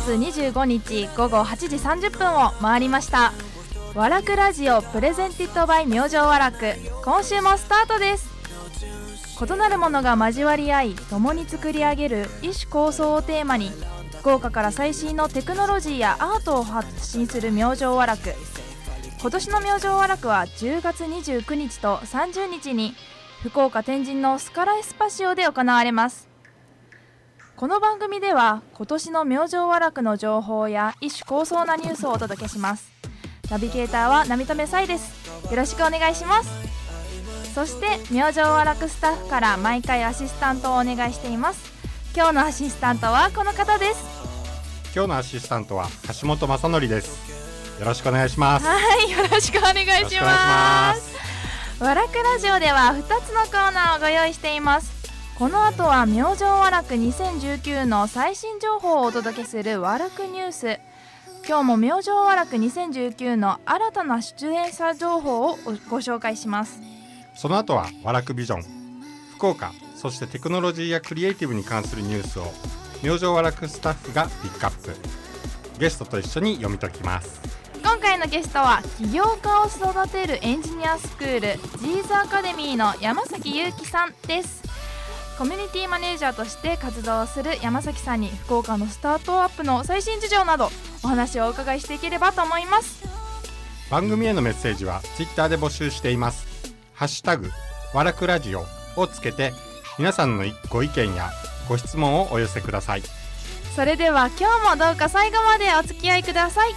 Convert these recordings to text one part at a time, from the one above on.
月25日午後8時30分を回りました。和楽ラジオプレゼンティッドバイ明星和楽、今週もスタートです。異なるものが交わり合い共に作り上げる異種構想をテーマに、福岡から最新のテクノロジーやアートを発信する明星和楽。今年の明星和楽は10月29日と30日に福岡天神のスカラエスパシオで行われます。この番組では今年の明星和楽の情報や異種構想なニュースをお届けします。ナビゲーターは波留彩です。よろしくお願いします。そして明星和楽スタッフから毎回アシスタントをお願いしています。今日のアシスタントはこの方です。 今日のアシスタントは橋本正則です。よろしくお願いします。 はい、よろしくお願いします。和楽ラジオでは2つのコーナーをご用意しています。この後は明星和楽2019の最新情報をお届けする和楽ニュース。今日も明星和楽2019の新たな出演者情報をご紹介します。 その後は和楽ビジョン、福岡、そしてテクノロジーやクリエイティブに関するニュースを明星和楽スタッフがピックアップ、ゲストと一緒に読み解きます。 今回のゲストは起業家を育てるエンジニアスクールジーズアカデミーの山崎祐樹さんです。コミュニティマネージャーとして活動する山崎さんに福岡のスタートアップの最新事情などお話をお伺いしていければと思います。 番組へのメッセージはツイッターで募集しています。ハッシュタグ和楽ラジオをつけて皆さんのご意見やご質問をお寄せください。 それでは今日もどうか最後までお付き合いください。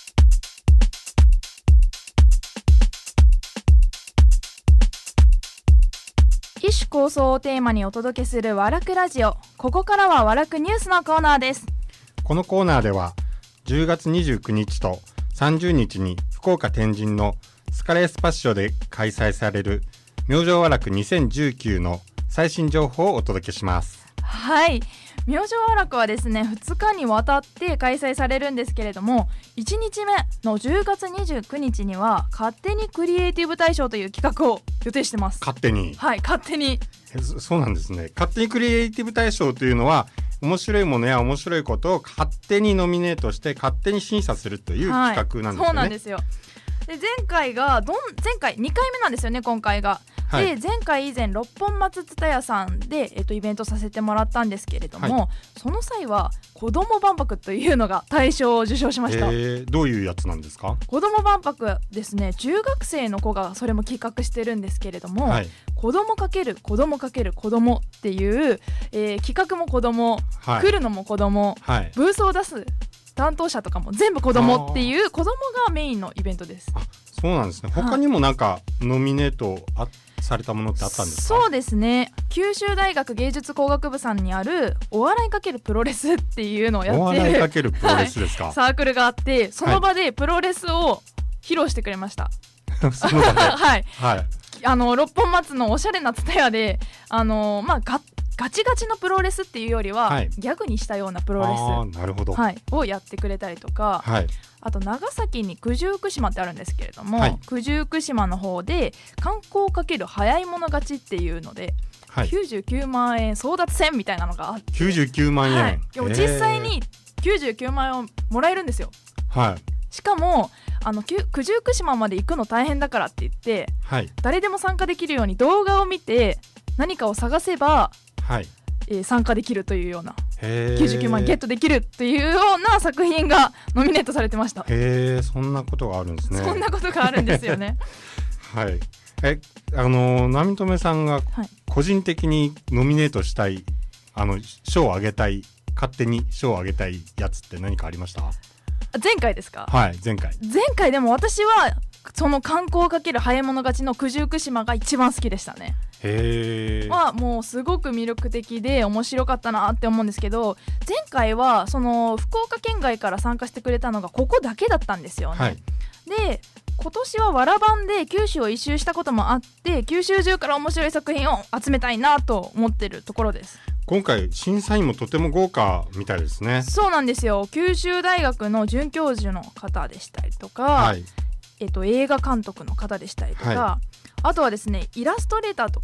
異種構想をテーマにお届けする和楽ラジオ。ここからは和楽ニュースのコーナーです。 このコーナーでは10月29日と30日に福岡天神のスカラエスパシオで開催される明星和楽2019の最新情報をお届けします。 はい、明星和楽はですね2日にわたって開催されるんですけれども、1日目の10月29日には勝手にクリエイティブ大賞という企画を予定してます。 勝手に、 はい、勝手に。 そうなんですね。勝手にクリエイティブ大賞というのは面白いものや面白いことを勝手にノミネートして勝手に審査するという企画なんですよね。 そうなんですよ。で前回2回目なんですよね、今回が。 はい、 で前回以前六本松蔦屋さんで、イベントさせてもらったんですけれども、はい、その際は子ども万博というのが大賞を受賞しました。 どういうやつなんですか？ 子ども万博ですね、中学生の子がそれも企画してるんですけれども、はい、子ども×子ども×子どもっていう、企画も子ども、はい、来るのも子ども、はい、ブースを出す担当者とかも全部子どもっていう子どもがメインのイベントです。 あ、そうなんですね。他にもなんかノミネートされたものってあったんですか？ そうですね、九州大学芸術工学部さんにあるお笑い×プロレスっていうのをやってる、 お笑い×プロレスですか？ はい、サークルがあって、その場でプロレスを披露してくれました。 その場ではい、 はい、 六本松のおしゃれな蔦屋でガチガチのプロレスっていうよりは、はい、ギャグにしたようなプロレス、 なるほど、 はい、をやってくれたりとか、はい、あと長崎に九十九島ってあるんですけれども、はい、九十九島の方で観光×早い者勝ちっていうので、はい、99万円争奪戦みたいなのがあって、 99万円、はい、 でも実際に99万円をもらえるんですよ。はい、しかも九十九島まで行くの大変だからって言って、はい、誰でも参加できるように動画を見て何かを探せば、はい、参加できるというような、99万ゲットできるというような作品がノミネートされてました。 そんなことがあるんですね。 そんなことがあるんですよね。 はい、波留さんが個人的にノミネートしたい、賞をあげたい、勝手に賞をあげたいやつって何かありました？ 前回ですか？ はい、前回でも私はその観光×早い者勝ちの九十九島が一番好きでしたね。もうすごく魅力的で面白かったなって思うんですけど、前回はその福岡県外から参加してくれたのがここだけだったんですよね。はい、で今年はわら版で九州を一周したこともあって、九州中から面白い作品を集めたいなと思ってるところです。 今回審査員もとても豪華みたいですね。 そうなんですよ。九州大学の准教授の方でしたりとか、はい、映画監督の方でしたりとか、はい、あとはですねイラストレーターとか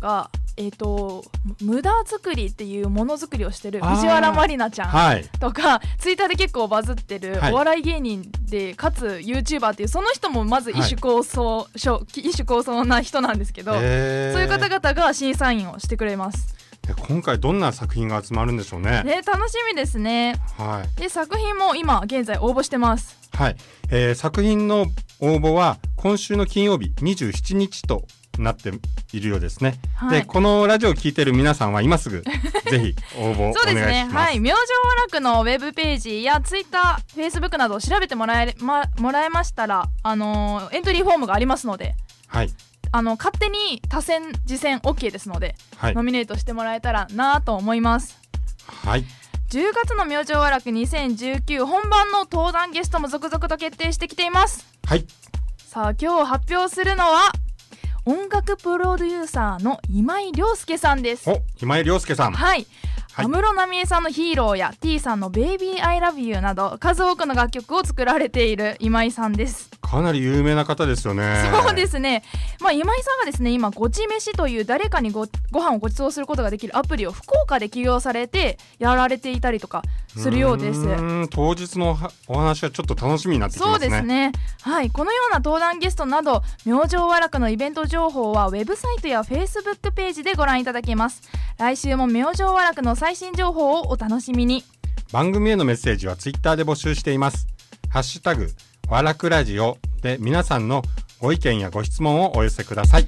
無駄作りっていうものづくりをしてる藤原まりなちゃん、 はい、 とかツイッターで結構バズってるお笑い芸人でかつ YouTuber っていうその人もまず異種構想な人なんですけど、そういう方々が審査員をしてくれます。 今回どんな作品が集まるんでしょうね。 楽しみですね。 はい、 で作品も今現在応募してます。 はい、作品の応募は今週の金曜日27日となっているようですね。はい、でこのラジオを聞いている皆さんは今すぐぜひ応募お願いします。そうですね、 はい、明星和楽のウェブページやツイッター、フェイスブックなどを調べてもらえましたら、エントリーフォームがありますので、 はい、 勝手に多選次選 OK ですので、はい、ノミネートしてもらえたらなと思います。 はい、 10月の明星和楽2019本番の登壇ゲストも続々と決定してきています。 はい、 さあ今日発表するのは音楽プロデューサーの今井亮介さんです。 今井亮介さん、 はい、安室奈美恵さんのヒーローや T さんの Baby I Love You など数多くの楽曲を作られている今井さんです。 かなり有名な方ですよね。 そうですね、今井さんがですね今ごち飯という誰かにご飯をご馳走することができるアプリを福岡で起業されてやられていたりとかするようです。 当日のお話はちょっと楽しみになってきますね。 そうですね、はい、このような登壇ゲストなど明星和楽のイベント情報はウェブサイトや Facebook ページでご覧いただけます。来週も明星和楽の最新情報をお楽しみに。 番組へのメッセージはツイッターで募集しています。ハッシュタグ和楽ラジオで皆さんのご意見やご質問をお寄せください。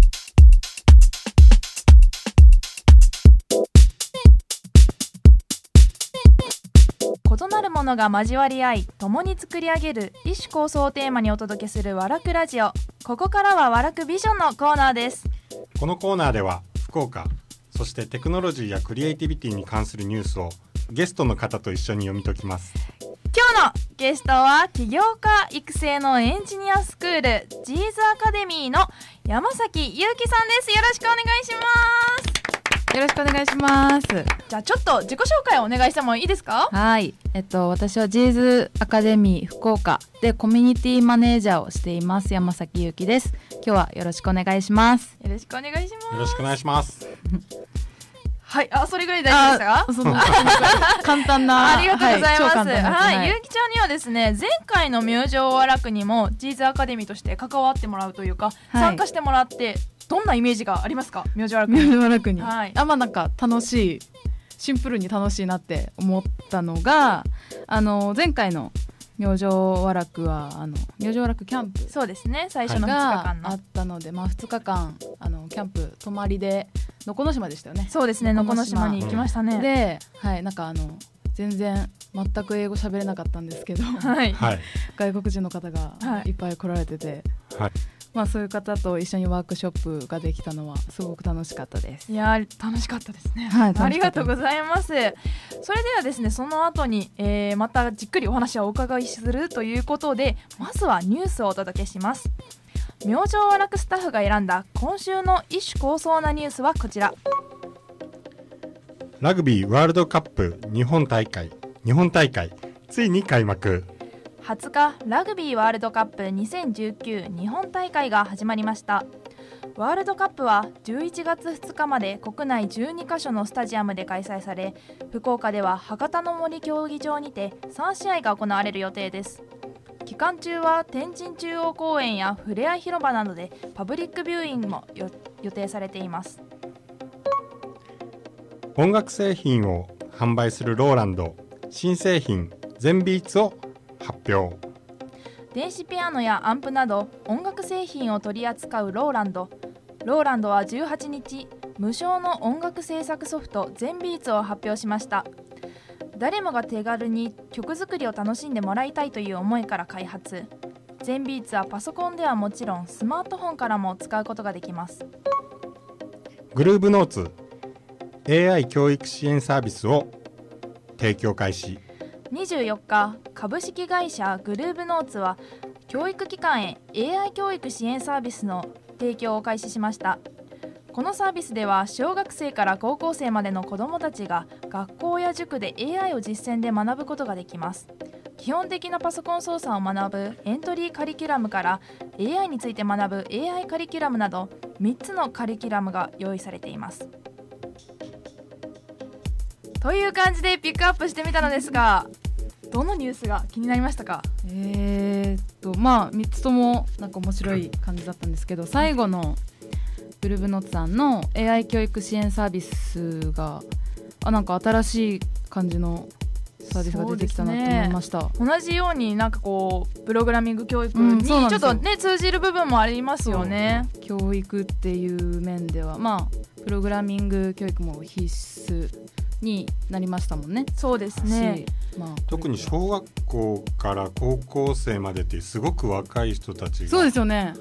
異なるものが交わり合い共に作り上げる異種構想をテーマにお届けする和楽ラジオ。ここからは和楽ビジョンのコーナーです。 このコーナーでは福岡、そしてテクノロジーやクリエイティビティに関するニュースをゲストの方と一緒に読み解きます。 今日のゲストは起業家育成のエンジニアスクールジーズアカデミーの山崎優希さんです。よろしくお願いします。 よろしくお願いします。 じゃあちょっと自己紹介をお願いしてもいいですか？ はい、私はジーズアカデミー福岡でコミュニティマネージャーをしています山崎優希です。今日はよろしくお願いします。 よろしくお願いします。 よろしくお願いしますはい、それぐらい大丈夫でしたか？簡単なありがとうございます。 はい、 ゆうきちゃんにはですね前回の明星和楽にもジーズアカデミーとして関わってもらうというか、参加してもらってどんなイメージがありますか？明星和楽に。 明星和楽に、 はい、 なんか楽しい、シンプルに楽しいなって思ったのが前回の明星和楽は明星和楽キャンプ、 そうですね、最初の2日間があったので、2日間キャンプ泊まりで能古島でしたよね。 そうですね、能古島に行きましたね。 で、はい、なんか全然全く英語喋れなかったんですけど、 はい、 外国人の方がいっぱい来られてて、 はい、 そういう方と一緒にワークショップができたのはすごく楽しかったです。 いや楽しかったですね、 はい、 ありがとうございます。それではですねその後に、またじっくりお話をお伺いするということで、まずはニュースをお届けします。明星和楽スタッフが選んだ今週の異種構想なニュースはこちら。 ラグビーワールドカップ日本大会ついに開幕。 20日ラグビーワールドカップ2019日本大会が始まりました。ワールドカップは11月2日まで国内12カ所のスタジアムで開催され、福岡では博多の森競技場にて3試合が行われる予定です。期間中は天神中央公園やふれあい広場などでパブリックビューイングも予定されています。 音楽製品を販売するローランド新製品全ビーツを発表。 電子ピアノやアンプなど音楽製品を取り扱うローランドは18日無償の音楽制作ソフト全ビーツを発表しました。誰もが手軽に曲作りを楽しんでもらいたいという思いから開発。全ビーツはパソコンではもちろんスマートフォンからも使うことができます。 グルーブノーツ AI 教育支援サービスを提供開始。 24日株式会社グルーブノーツは教育機関へ AI 教育支援サービスの提供を開始しました。このサービスでは小学生から高校生までの子どもたちが学校や塾で AI を実践で学ぶことができます。 基本的なパソコン操作を学ぶエントリーカリキュラムから AI について学ぶ AI カリキュラムなど3つのカリキュラムが用意されています。という感じでピックアップしてみたのですが、どのニュースが気になりましたか？ まあ3つともなんか面白い感じだったんですけど、最後のブルブノッツさんの AI 教育支援サービスがなんか新しい感じのサービスが出てきたなと思いました。 同じようになんかこうプログラミング教育にちょっとね通じる部分もありますよね。 教育っていう面ではまあプログラミング教育も必須になりましたもんね。 そうですね、 特に小学校から高校生までってすごく若い人たちがそうですよね。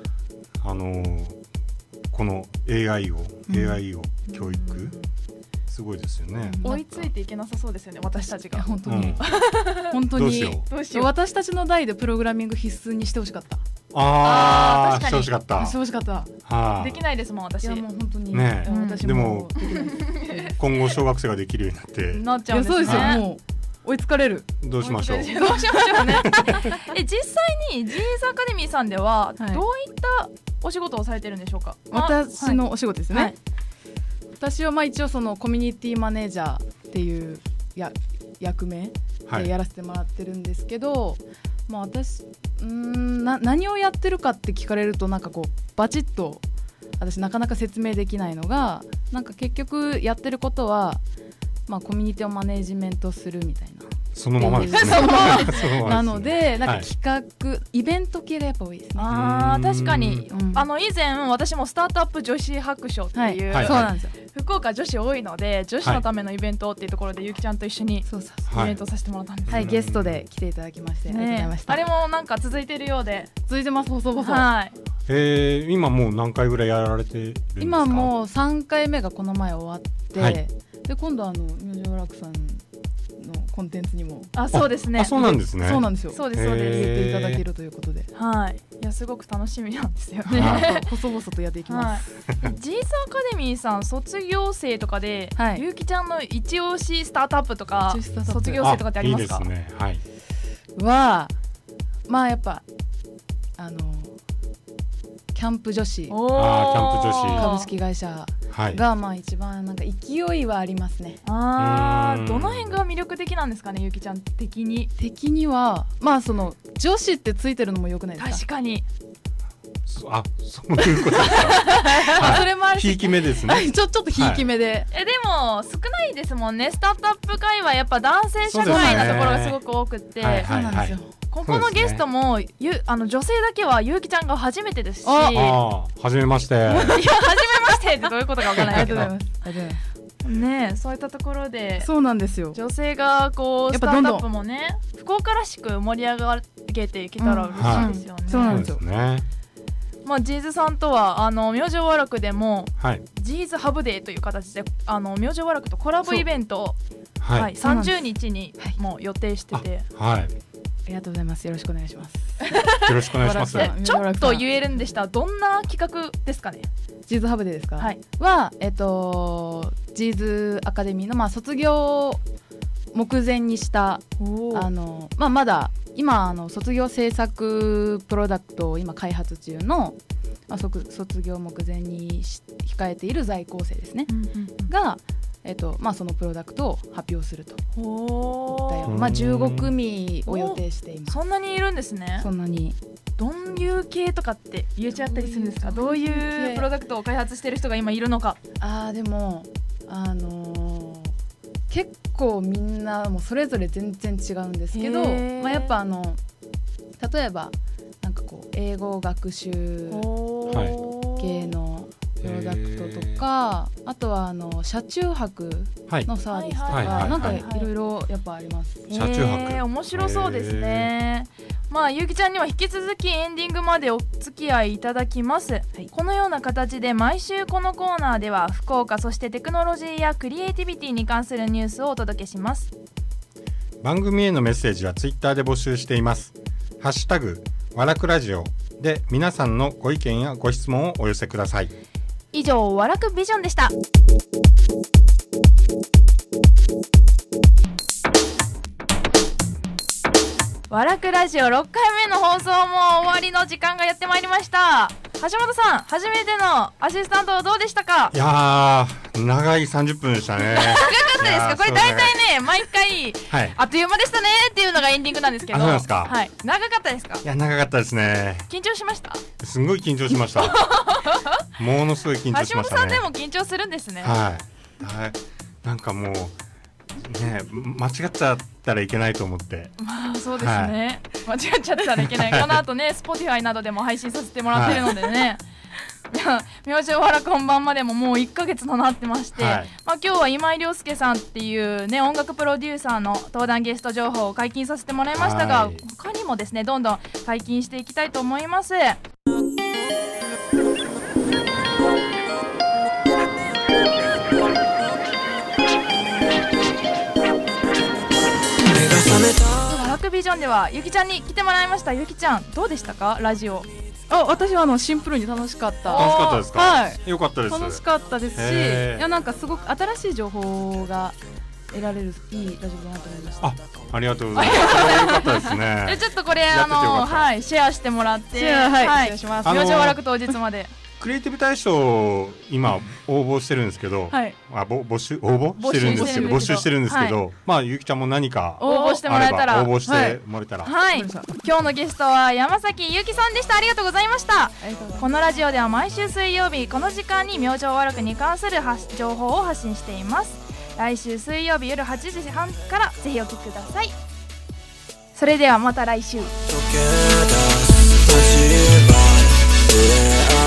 この AI を教育すごいですよね。 追いついていけなさそうですよね、私たちが。 本当に、本当にどうしよう。 私たちの代でプログラミング必須にしてほしかった。 確かにしてほしかった。 できないですもん私。 いやもう本当にね。 私でもできないです。 今後小学生ができるようになっちゃうんですね。 そうですよ。もう追いつかれる。 どうしましょう。 どうしましょうね。実際に G's アカデミーさんではどういったお仕事をされてるんでしょうか？ 私のお仕事ですね。 はい、 私はまあ一応そのコミュニティマネージャーっていう役名でやらせてもらってるんですけど、まあ私何をやってるかって聞かれるとなんかこうバチッと私なかなか説明できないのが、なんか結局やってることはまあコミュニティをマネージメントするみたいな。 そのままですね。 なのでなんか企画、イベント系がやっぱ多いですね。 確かに、以前私もスタートアップ女子白書っていう、 そうなんですよ。 福岡女子多いので女子のためのイベントっていうところでゆきちゃんと一緒にイベントさせてもらったんです。 はい、ゲストで来ていただきましてありがとうございました。 あれもなんか続いてるようで。 続いてます、細々。 はい。 今もう何回ぐらいやられてるんですか？ 今もう3回目がこの前終わって、で今度明星楽さんのコンテンツにもそうですね。 そうなんですね。 そうなんですよ。 そうですそうです。 入れていただけるということで、 はい。いやすごく楽しみなんですよね。 細々とやっていきます。 G's アカデミーさん卒業生とかで、ゆうきちゃんの一押しスタートアップとか卒業生とかってありますか？ いいですね。はい。 まあやっぱキャンプ女子株式会社がまあ一番なんか勢いはありますね。 どの辺が魅力的なんですかね、ゆきちゃん的にはまあその女子ってついてるのも良くないですか？ 確かに。 そういうことですか。 それもあるし、 ひいき目ですね。ちょっとひいき目で。 でも少ないですもんね。スタートアップ界はやっぱ男性社会なところがすごく多くって、 そうなんですよ。 ここのゲストも女性だけはゆうきちゃんが初めてですし。 はじめまして。いや初めましてってどういうことかわからないけど。 ありがとうございます。 ね、そういったところでそうなんですよ。 女性がこうスタートアップもね福岡らしく盛り上がげていけたら嬉しいですよね。 そうなんですよ。 まあ、G's さんとは明星和楽でも、G's ハブデーという形で明星和楽とコラボイベントを、30日にもう予定してて、 ありがとうございます。よろしくお願いします。 よろしくお願いします。 ちょっと言えるんでしたらどんな企画ですかね？ G's ハブデーですか？G's アカデミーのまあ卒業目前にしたまだ今卒業制作プロダクトを今開発中の、卒業目前に控えている在校生ですね、が、そのプロダクトを発表するといったような、15組を予定しています。 そんなにいるんですね。 そんなに。 どういう系とかって言えちゃったりするんですか？どういうプロダクトを開発している人が今いるのか。 でも結構みんなもそれぞれ全然違うんですけど、やっぱ例えばなんかこう英語学習系のプロダクトとか、あとは車中泊のサービスとか、なんかいろいろやっぱあります。 車中泊、 面白そうですね。まあゆうきちゃんには引き続きエンディングまでお付き合いいただきます、このような形で毎週このコーナーでは福岡そしてテクノロジーやクリエイティビティに関するニュースをお届けします。 番組へのメッセージはツイッターで募集しています。ハッシュタグわらくラジオで皆さんのご意見やご質問をお寄せください。 以上わらくビジョンでした。 和楽ラジオ6回目の放送も終わりの時間がやってまいりました。橋本さん、初めてのアシスタントどうでしたか？ いやー、長い30分でしたね。 長かったですか？これ大体ね、毎回、 はい、 あっという間でしたねっていうのがエンディングなんですけど。 そうなんですか？ はい、長かったですか？ いや、長かったですね。 緊張しました？すんごい緊張しました。ものすごい緊張しましたね。 橋本さんでも緊張するんですね。 はい、なんかもうね、間違っちゃったらいけないと思って。 まあそうですね、はい、間違っちゃったらいけない。この後ね、Spotify などでも配信させてもらってるのでね、明星和楽本番までももう1ヶ月となってまして、はい、まあ、今日は今井亮介さんっていうね、音楽プロデューサーの登壇ゲスト情報を解禁させてもらいましたが、はい、他にもですね、どんどん解禁していきたいと思います。和楽ビジョンではゆきちゃんに来てもらいました。ゆきちゃん、どうでしたか、ラジオ？ 私はシンプルに楽しかった。 楽しかったですか？はい、よかったです。 楽しかったですし、いや、なんかすごく新しい情報が得られるいいラジオだなと思いました。 ありがとうございます。よかったですね。 ちょっとこれはい、シェアしてもらって、はい、します。明星和楽当日まで。 クリエイティブ大賞今応募してるんですけど、はい、募集してるんですけど、はい、まあゆきちゃんも何か応募してもらえたら、 応募してもらえたら、 はい、今日のゲストは山崎ゆきさんでした。ありがとうございました。このラジオでは毎週水曜日この時間に明星和楽に関する情報を発信しています。来週水曜日夜8時半からぜひお聞きください。それではまた来週。